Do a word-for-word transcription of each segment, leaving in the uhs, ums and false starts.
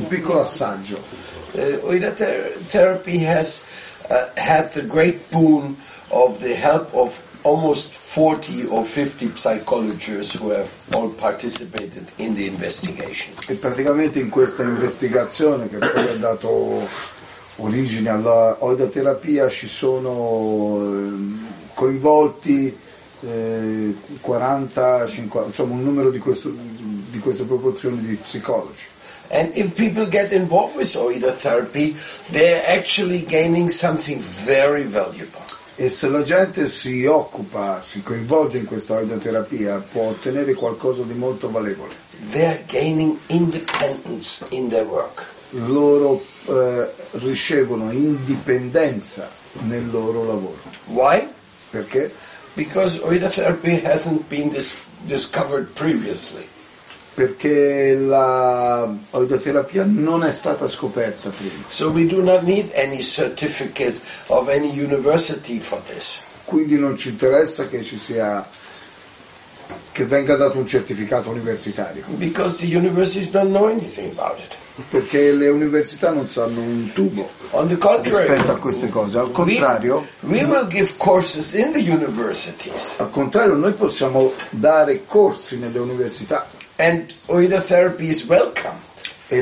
piccolo assaggio. Uh, Oida ther- therapy has uh, had the great boon of the help of almost forty or fifty psychologists who have all participated in the investigation. E praticamente in questa investigazione che poi ha dato origine alla oidoterapia ci sono eh, coinvolti eh, quaranta cinquanta, insomma un numero di, questo, di queste proporzioni di psicologi. And if people get involved with Oida therapy, they're actually gaining something very valuable. E se la gente si occupa, si coinvolge in questa oidoterapia, può ottenere qualcosa di molto valevole. They're gaining independence in their work. Loro eh, ricevono indipendenza nel loro lavoro. Why? Perché? Because Oida therapy hasn't been dis- discovered previously. Perché la oidoterapia non è stata scoperta prima. So we do not need any certificate of any university for this. Quindi non ci interessa che ci sia, che venga dato un certificato universitario. Because the universities don't know anything about it. Perché le università non sanno un tubo On the contrary, rispetto a queste cose. Al contrario, we, we will give courses in the universities. al contrario, noi possiamo dare corsi nelle università. And Oida therapy is welcomed. E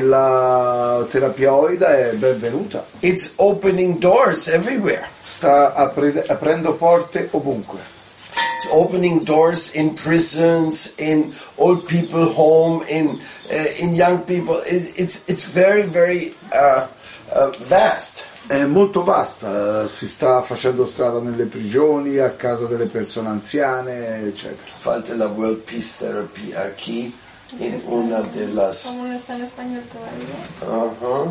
la terapia oida è benvenuta. It's opening doors everywhere. Sta apri- aprendo porte ovunque. It's opening doors in prisons, in old people home, in uh, in young people. It, it's it's very very uh, uh, vast. È molto vasta, si sta facendo strada nelle prigioni, a casa delle persone anziane, eccetera. Falta la World Peace Therapy aquí en una de las. ¿Cómo no está en español todavía? Uh-huh.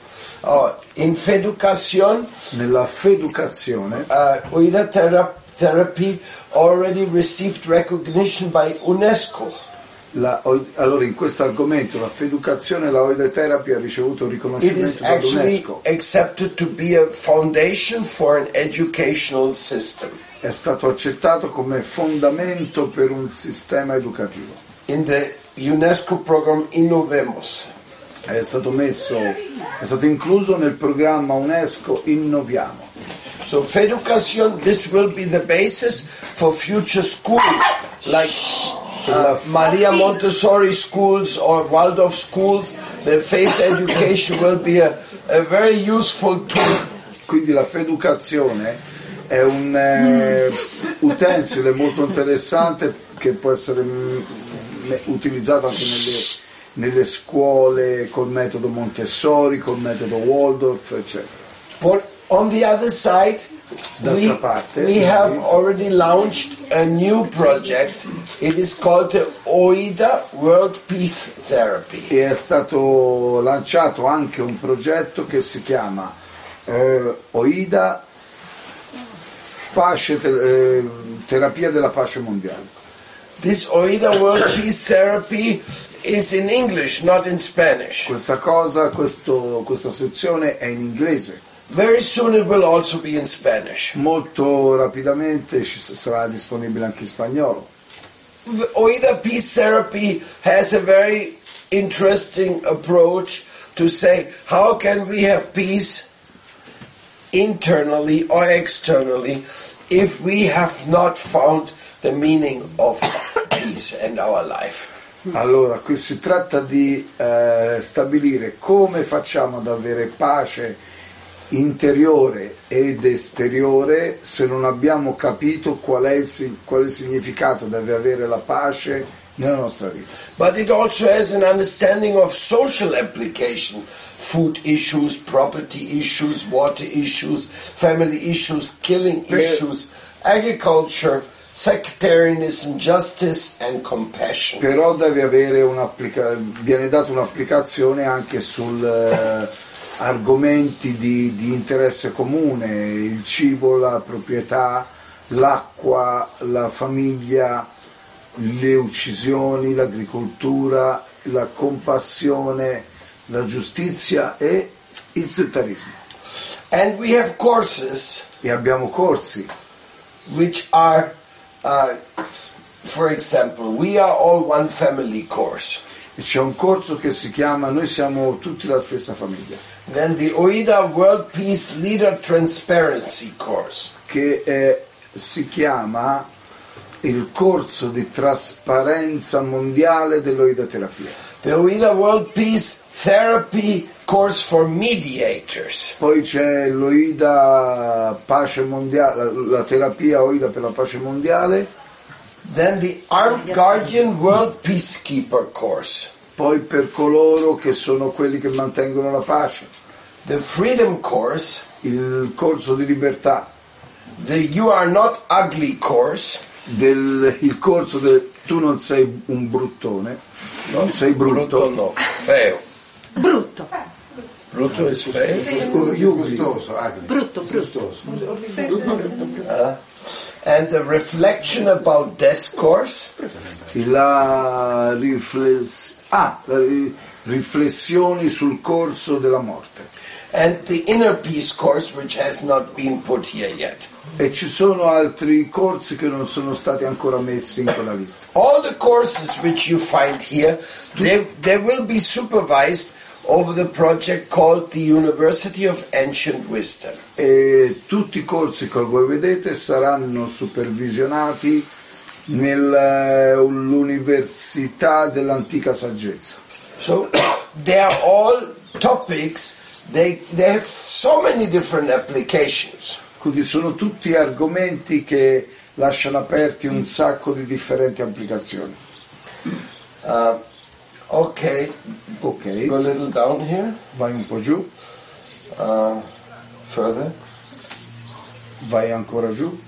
Oh, in Feducación, Nella Feducazione, uh, Oida thera- therapy already received recognition by UNESCO. la, allora in questo argomento la Feducazione, la oidotherapy ha ricevuto un It is riconoscimento actually dall'UNESCO. accepted to be a foundation for an educational system. È stato accettato come fondamento per un sistema educativo. In the UNESCO program Innovemos. È stato messo, è stato incluso nel programma UNESCO Innoviamo. So Feducación, this will be the basis for future schools like uh, Maria Montessori schools or Waldorf schools. The faith education will be a, a very useful tool. Quindi la Feducazione è un eh, utensile molto interessante che può essere mm, utilizzato anche nelle, nelle scuole col metodo Montessori, col metodo Waldorf, eccetera. But on the other side, we, D'altra parte, we have already launched a new project. It is called the Oida World Peace Therapy. E è stato lanciato anche un progetto che si chiama eh, Oida Pace, eh, Terapia della Pace Mondiale. This Oida World Peace Therapy is in English, not in Spanish. Questa cosa, questo, questa sezione è in inglese. Very soon it will also be in Spanish. Molto rapidamente ci sarà disponibile anche in spagnolo. Oida Peace Therapy has a very interesting approach to say, how can we have peace internally or externally if we have not found the meaning of peace in our life? Allora, qui si tratta di eh, stabilire come facciamo ad avere pace interiore ed esteriore se non abbiamo capito qual è il, qual è il significato deve avere la pace nella nostra vita. But it also has an understanding of social application, food issues, property issues, water issues, family issues, killing Per- issues, agriculture, sectarianism, justice and compassion. Però deve avere un'applica- viene data un'applicazione anche sul eh, argomenti di, di interesse comune, il cibo, la proprietà, l'acqua, la famiglia, le uccisioni, l'agricoltura, la compassione, la giustizia e il settarismo. And we have courses E abbiamo corsi, which are, uh, for example, We Are All One Family course. E c'è un corso che si chiama Noi siamo tutti la stessa famiglia. Then the O I D A World Peace Leader Transparency Course. Che è, si chiama il corso di trasparenza mondiale dell'Oida terapia. The O I D A World Peace Therapy Course for Mediators. Poi c'è l'Oida pace mondiale, la, la terapia Oida per la pace mondiale. Then the Armed Guardian World Peacekeeper Course. Poi per coloro che sono quelli che mantengono la pace. The Freedom Course. Il corso di libertà. The You Are Not Ugly Course. Del, il corso del tu non sei un bruttone, non sei brutto. Brutto no, feo. Brutto. Brutto è feo? Io gustoso, Brutto, brutto. Uh, and the Reflection About Death Course. La rifless- ah, la ri- riflessioni sul corso della morte. And the Inner Peace Course, which has not been put here yet. E ci sono altri corsi che non sono stati ancora messi in quella lista. All the courses which you find here, they, they will be supervised over the project called the University of Ancient Wisdom. E tutti i corsi che voi vedete saranno supervisionati nell'Università dell'Antica Saggezza. So they are all topics, they, they have so many different applications. Quindi sono tutti argomenti che lasciano aperti un sacco di differenti applicazioni. Uh, okay, Ok, go a little down here, vai un po' giù, uh, further. vai ancora giù.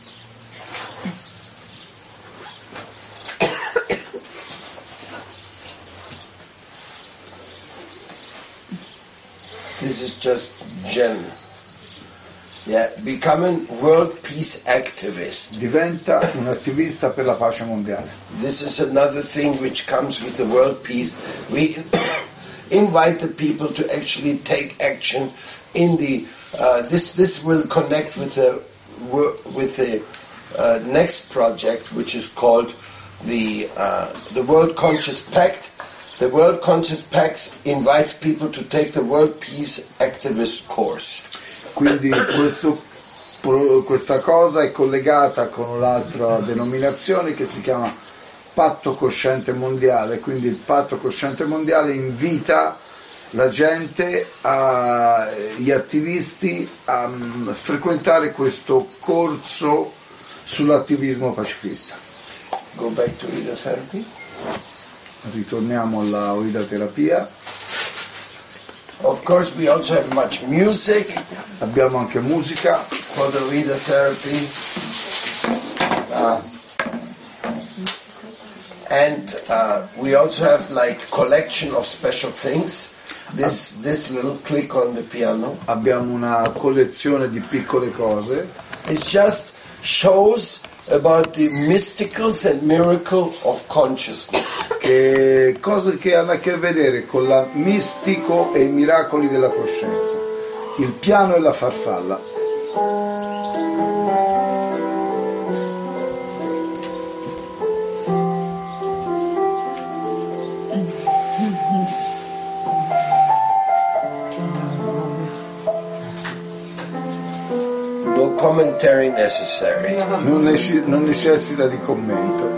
This is just Jen. Yeah, becoming world peace activist. Diventa un attivista per la pace mondiale. This is another thing which comes with the world peace. We invite the people to actually take action in the. Uh, this this will connect with the with the uh, next project, which is called the uh, the World Conscious Pact. The World Conscious Pact invites people to take the World Peace Activist course. Quindi questo, questa cosa è collegata con l'altra denominazione che si chiama Patto Cosciente Mondiale. Quindi il Patto Cosciente Mondiale invita la gente, a, gli attivisti, a um, frequentare questo corso sull'attivismo pacifista. Go back to Oida therapy. Ritorniamo alla Oida terapia. Of course, we also have much music Abbiamo anche musica for the Oida therapy. Uh, and uh, we also have like collection of special things. This this little click on the piano. abbiamo una collezione di piccole cose. It just shows about the mysticals and miracle of consciousness. Che cose che hanno a che vedere con la mistico e i miracoli della coscienza, il piano e la farfalla. No commentary necessary. Non, nece- non necessita di commento.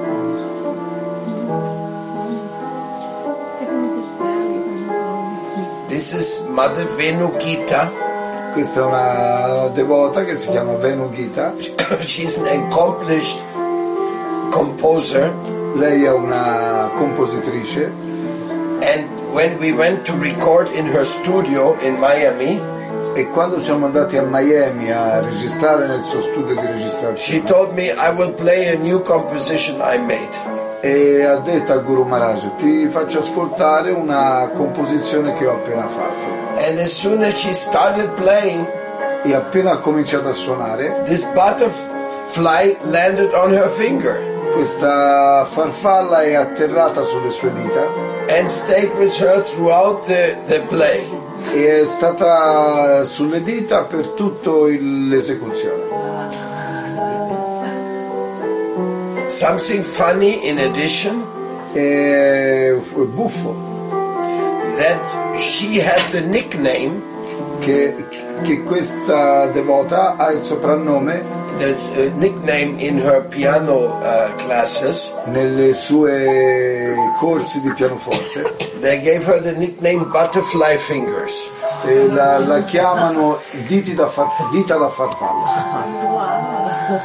This is Mother Venu Gita. Questa è una devota che si chiama Venu Gita. She's an accomplished composer. Lei è una compositrice And when we went to record in her studio in Miami, e quando siamo andati a Miami a registrare nel suo studio di she registrazione told me, I will play a new composition I made. e ha detto a Guru Maharaj: ti faccio ascoltare una composizione che ho appena fatto. And as soon as she started playing, E appena ha cominciato a suonare, this butterfly landed on her finger questa farfalla è atterrata sulle sue dita and stayed with her throughout the, the play. e è stata sulle dita per tutta l'esecuzione. Something funny in addition, è buffo, that she had the nickname, che, che questa devota ha il soprannome, the uh, nickname in her piano uh, classes. nelle sue corsi di pianoforte, They gave her the nickname Butterfly Fingers. e la, la chiamano diti da far- dita da farfalla.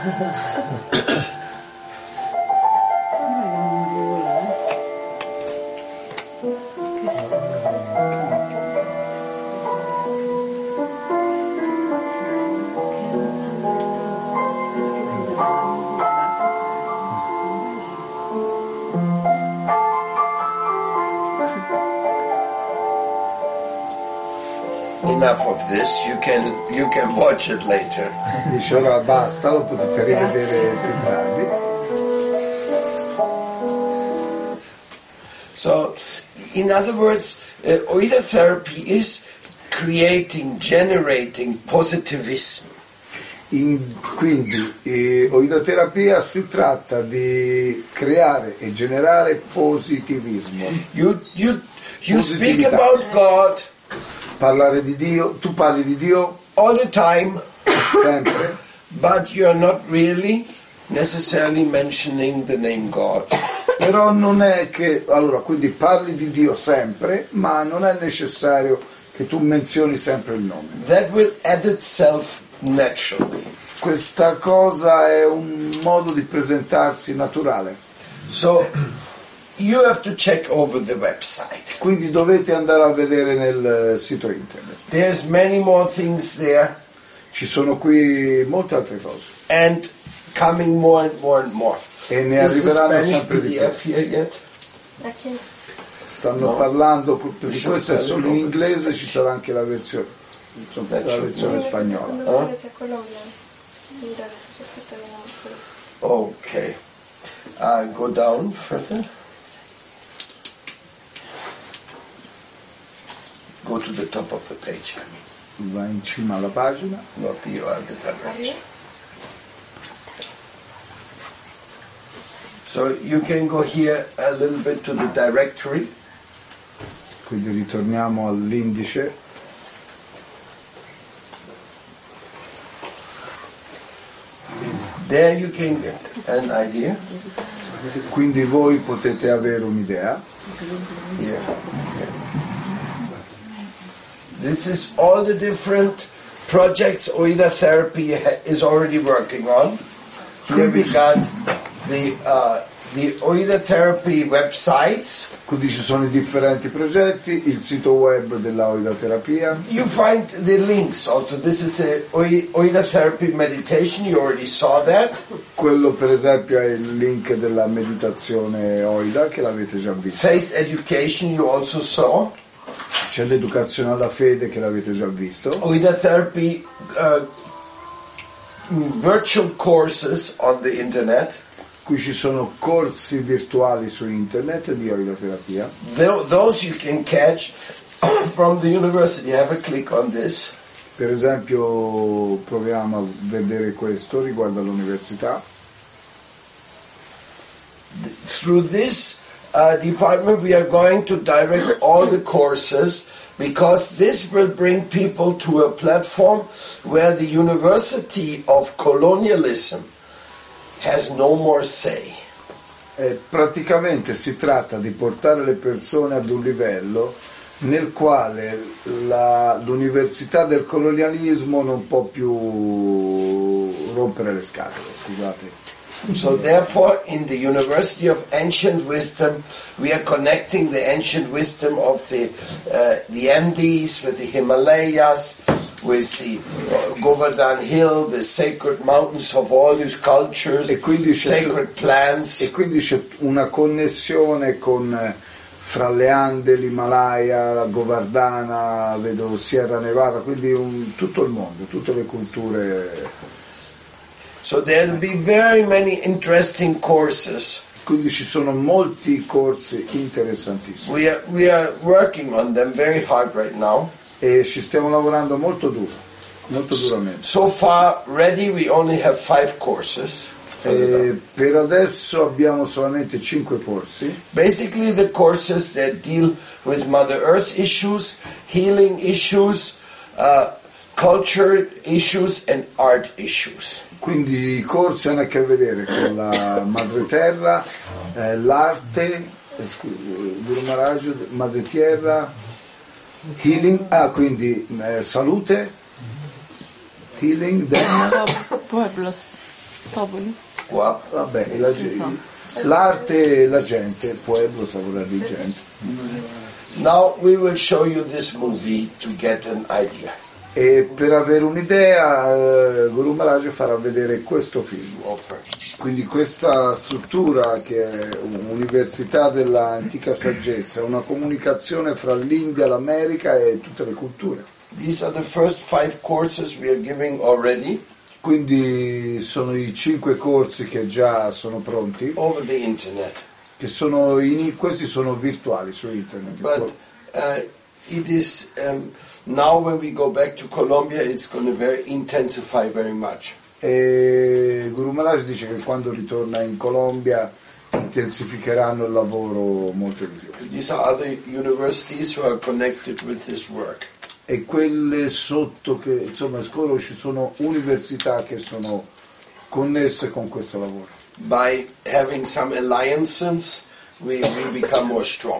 Enough of this. You can you can watch it later. Dice ora basta, lo potete rivedere più tardi. So, in other words, uh, Oida therapy is creating, generating positivism. In, quindi eh, oidoterapia si tratta di creare e generare positivismo. You you you speak Positività. about God Parlare di Dio, tu parli di Dio all the time, sempre, but you're not really necessarily mentioning the name God. però non è che, allora, quindi parli di Dio sempre, ma non è necessario che tu menzioni sempre il nome. That will add itself naturally. Questa cosa è un modo di presentarsi naturale, So you have to check over the website. quindi dovete andare a vedere nel sito internet. There's many more things there Ci sono qui molte altre cose and coming more and more and more. e ne Is the arriveranno Spanish sempre di P più. D F here yet? Aquí. Stanno No. parlando, perché Lasciamo questa è stare solo in il inglese, nome. ci sarà anche la versione, insomma, la Lasciamo versione Mira, spagnola. cuando ¿Ah? regrese a Colombia, mira eso que está bien oscuro. Okay. Uh, go down further. Go to the top of the page. Va in cima alla pagina, Not the other direction. So you can go here a little bit to the directory. quindi ritorniamo all'indice. There you can get an idea. Quindi voi potete avere un'idea. Here. This is all the different projects Oida Therapy ha- is already working on. Here we got the uh, the Oida Therapy websites. Quindi ci sono i differenti progetti, il sito web della oidoterapia. You find the links also. This is a Oi- Oida Therapy meditation. You already saw that. Quello per esempio è il link della meditazione oida che l'avete già visto. Faith education you also saw. C'è l'educazione alla fede che l'avete già visto. Oida Therapy uh, virtual courses on the internet. Qui ci sono corsi virtuali su internet di oidoterapia. Tho- Those you can catch from the university. Have a click on this. Per esempio proviamo a vedere questo riguardo all'università. Through this uh, department we are going to direct all the courses because this will bring people to a platform where the University of Colonialism has no more say. E praticamente si tratta di portare le persone ad un livello nel quale la- l'università del colonialismo non può più rompere le scatole, scusate. So therefore, in the University of Ancient Wisdom, we are connecting the ancient wisdom of the uh, the Andes with the Himalayas, with the uh, Govardhan Hill, the sacred mountains of all these cultures, E quindi c'è- sacred plants. E quindi c'è una connessione con eh, fra le Ande, l'Himalaya, la Govardhana, vedo Sierra Nevada, quindi un- tutto il mondo, tutte le culture. So there will be very many interesting courses. Quindi ci sono molti corsi interessantissimi We are we are working on them very hard right now. e ci stiamo lavorando molto duro, molto duramente. So far, ready, we only have five courses. Eh, per adesso abbiamo solamente cinque corsi. Basically the courses that deal with Mother Earth issues, healing issues, uh, culture issues and art issues. Quindi i corsi hanno a che vedere con la Madre Terra, eh, l'arte, eh, scu- Guru Maharaj, Madre Terra, healing, ah quindi eh, salute, healing, then, Pueblos. Popoli. Wow. vabbè, la ge- l'arte e la gente, pueblo, savoir di gente. Now we will show you this movie to get an idea. E per avere un'idea, eh, Guru Maharaj farà vedere questo film. Offer. Quindi questa struttura, che è un'università dell'antica saggezza, è una comunicazione fra l'India, l'America e tutte le culture. These are the first five courses we are giving already Quindi sono i cinque corsi che già sono pronti, over the internet. che sono in, questi sono virtuali su internet. But uh, it is um, now when we go back to Colombia, it's going to very intensify very much. E Guru Maharaj dice che quando ritorna in Colombia intensificheranno il lavoro molto di più. These are other universities who are connected with this work. E quelle sotto che, insomma, scorro ci sono università che sono connesse con questo lavoro. By having some alliances, we, we become more strong.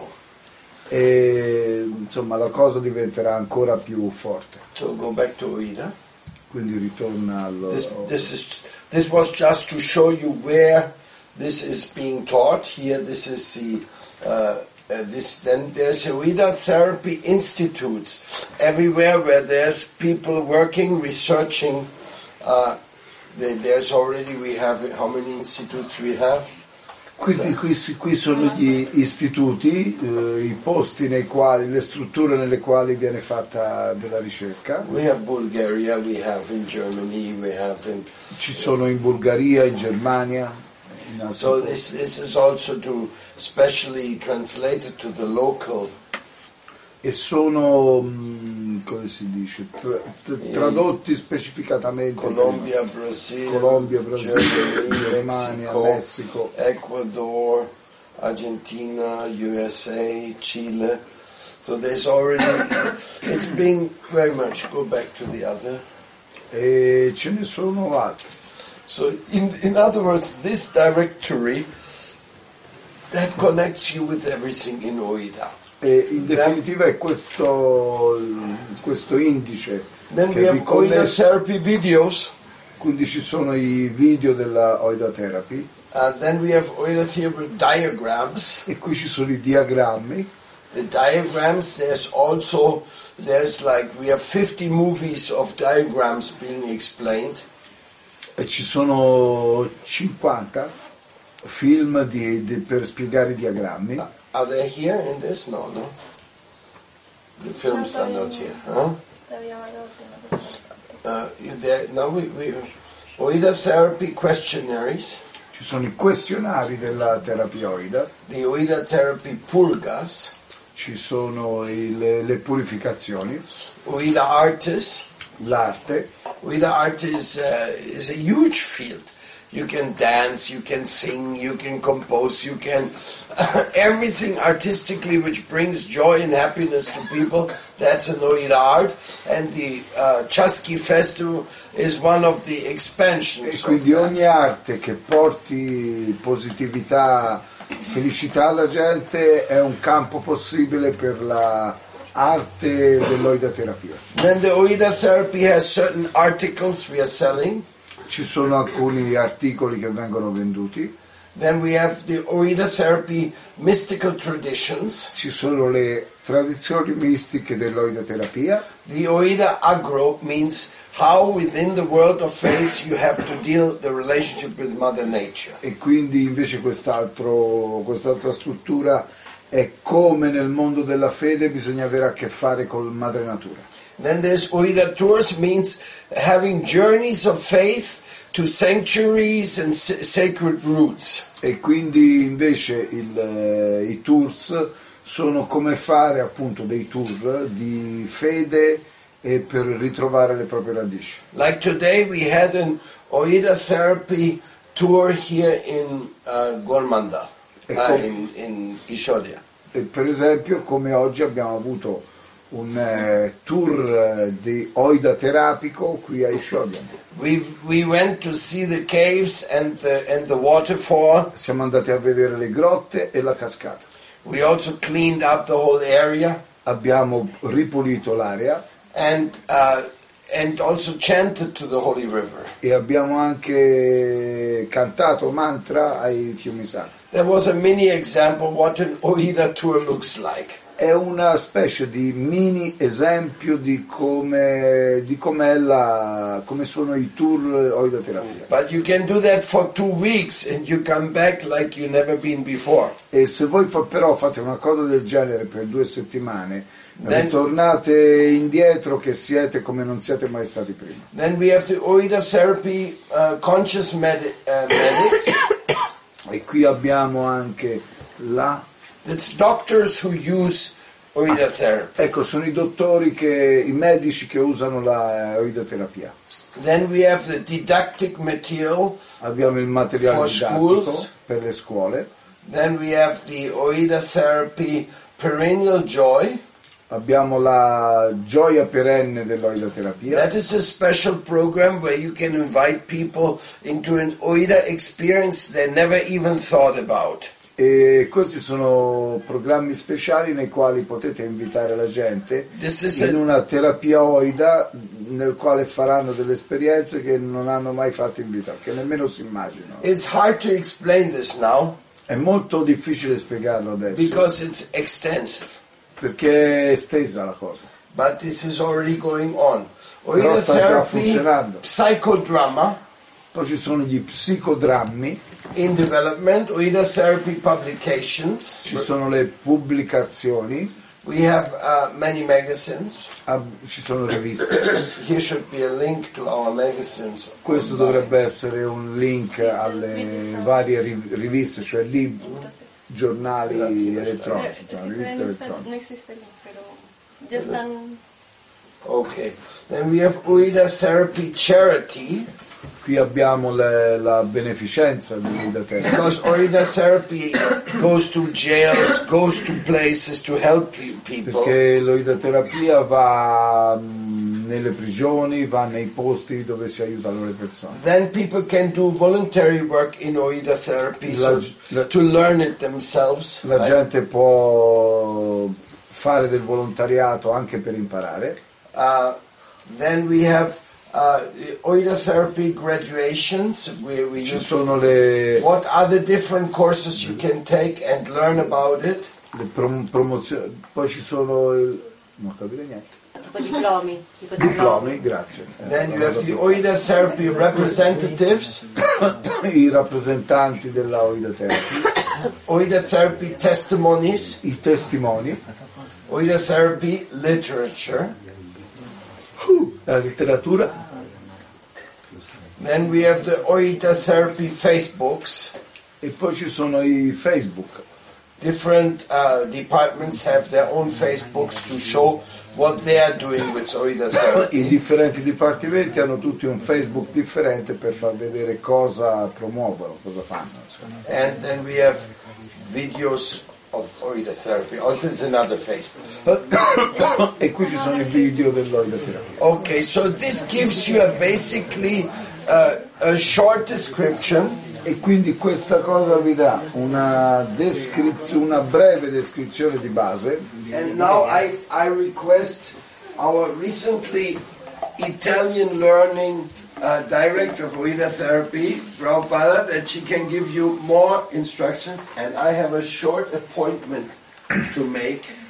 E insomma la cosa diventerà ancora più forte. So go back to Oida. Quindi ritorna allo... This, this, is, this was just to show you where this is being taught. Here, this is the... Uh, Uh, this, then there's Oida Therapy Institutes everywhere where there's people working, researching. Uh, there, there's already, we have, how many institutes we have? Quindi qui, qui sono gli istituti, eh, i posti nei quali, le strutture nelle quali viene fatta della ricerca. We have Bulgaria, we have in Germany, we have in... Ci sono in Bulgaria, in Germania. In altri So posti. this, this is also to specially translated to the local. E sono, mh, come si dice, tra- tra- tradotti specificatamente. Colombia, Brazil, Colombia, Brasile, Germany, Germania, Mexico, Messico. Ecuador, Argentina, U S A, Chile. So there's already, it's been very much, go back to the other. E ce ne sono altri. So in, in other words, this directory that connects you with everything in Oida. E in definitiva è questo, questo indice Then we che vi have Oida connesse, therapy videos. quindi ci sono i video della Oida Therapy And then we have Oida therapy diagrams. e qui ci sono i diagrammi. The diagrams, there's also, there's like, we have fifty movies of diagrams being explained. E ci sono cinquanta film di, di- per spiegare i diagrammi. Are they here in this? No, no. The films are not here. Huh? Uh, you there, now we, we, Oida therapy questionnaires, Ci sono i questionari della terapia Oida, the Oida therapy purgas, ci sono i- le, le purificazioni, Oida artists. l'arte. Oida art is, uh, is a huge field. You can dance, you can sing, you can compose, you can everything artistically which brings joy and happiness to people. That's an Oida art, and the uh, Chasqui Festival is one of the E expansions. Of quindi ogni that. arte che porti positività, felicità alla gente è un campo possibile per la arte dell'Oida terapia. Then the Oida therapy has certain articles we are selling. Ci sono alcuni articoli che vengono venduti, Then we have the Oida therapy mystical traditions. ci sono le tradizioni mistiche dell'Oida terapia. The Oida agro means how within the world of faith you have to deal the relationship with Mother Nature. E quindi invece quest'altro, quest'altra struttura è come nel mondo della fede bisogna avere a che fare con Madre Natura. Then there's Oida tours, means having journeys of faith to sanctuaries and sa- sacred roots. E quindi invece il, eh, i tours sono come fare appunto dei tour di fede e per ritrovare le proprie radici. Like today we had an Oida therapy tour here in uh, Gormanda, E uh, com- in, in Ishodia. E per esempio, come oggi abbiamo avuto un eh, tour eh, di oida terapico qui a Ishodia. We we went to see the caves and the and the waterfall. Siamo andati a vedere le grotte e la cascata. We also cleaned up the whole area Abbiamo ripulito l'area and uh, and also chanted to the holy river. e abbiamo anche cantato mantra ai fiumi sacri. There was a mini example what an Oida tour looks like. È una specie di mini esempio di come di com'è la, come sono i tour oida terapia. But you can do that for two weeks and you come back like you never been before. E se voi fa- però fate una cosa del genere per due settimane, Then- ritornate indietro che siete come non siete mai stati prima. Then we have the Oida therapy uh, conscious medi- uh, medics. E qui abbiamo anche la... That's doctors who use Oida therapy. Ecco, sono i dottori, che, i medici che usano la oidoterapia. Then we have the didactic material. Abbiamo il materiale For didattico schools. per le scuole. Then we have the Oida therapy perennial joy. Abbiamo la gioia perenne dell'oidoterapia. That is a special program where you can invite people into an Oida experience they never even thought about. E questi sono programmi speciali nei quali potete invitare la gente This is in a, una terapia oida nel quale faranno delle esperienze che non hanno mai fatto invitare, che nemmeno si immaginano. it's hard to explain this now È molto difficile spiegarlo adesso because it's extensive. perché è estesa la cosa. But this is already going on. Però Oida sta già therapy, funzionando. psychodrama Poi ci sono gli psicodrammi, in development, Oida therapy publications. ci sono le pubblicazioni, We have uh, many magazines. ab- ci sono riviste. Here should be a link to our magazines. Questo dovrebbe essere un link alle varie riv- riviste, cioè libri, giornali elettronici, Pero cioè, es que riviste todavía no está, elettroniche. no existe el link, pero ya están. Okay. Then we have Oida therapy charity. Qui abbiamo le- la beneficenza dell'Oidoterapia, Because Oida therapy goes to jails, goes to places to help pe- people. perché l'oidoterapia va mh, nelle prigioni, va nei posti dove si aiutano le persone. Then people can do voluntary work in Oida therapy so La- la- to learn it themselves. La right? gente può fare del volontariato anche per imparare. Uh, then we have uh, Oida therapy graduations. Where we Ci just sono le, what are the different courses you can take and learn about it. le prom- promozioni, poi ci sono il, non capire niente. Tipo diplomi. Tipo Diplomi, grazie. Eh, Then you non have the lo Oida therapy representatives, so. I rappresentanti della oidoterapia, Oida therapy testimonies, i testimoni, Oida therapy literature. la letteratura, Then we have the Oida therapy Facebooks. e poi ci sono i Facebook. Different uh, departments have their own Facebooks to show what they are doing with Oida I therapy. differenti dipartimenti hanno tutti un Facebook differente per far vedere cosa promuovono, cosa fanno. insomma. And then we have videos of Oida therapy. Also, it's another Facebook. E qui ci sono i video dell'oidoterapia. Okay, so this gives you a basically uh, a short description E quindi questa cosa vi dà una, descrizione, una breve descrizione di base. And now I, I request our recently Italian learning uh, director of Oida therapy, Prabhupada, that she can give you more instructions. And I have a short appointment to make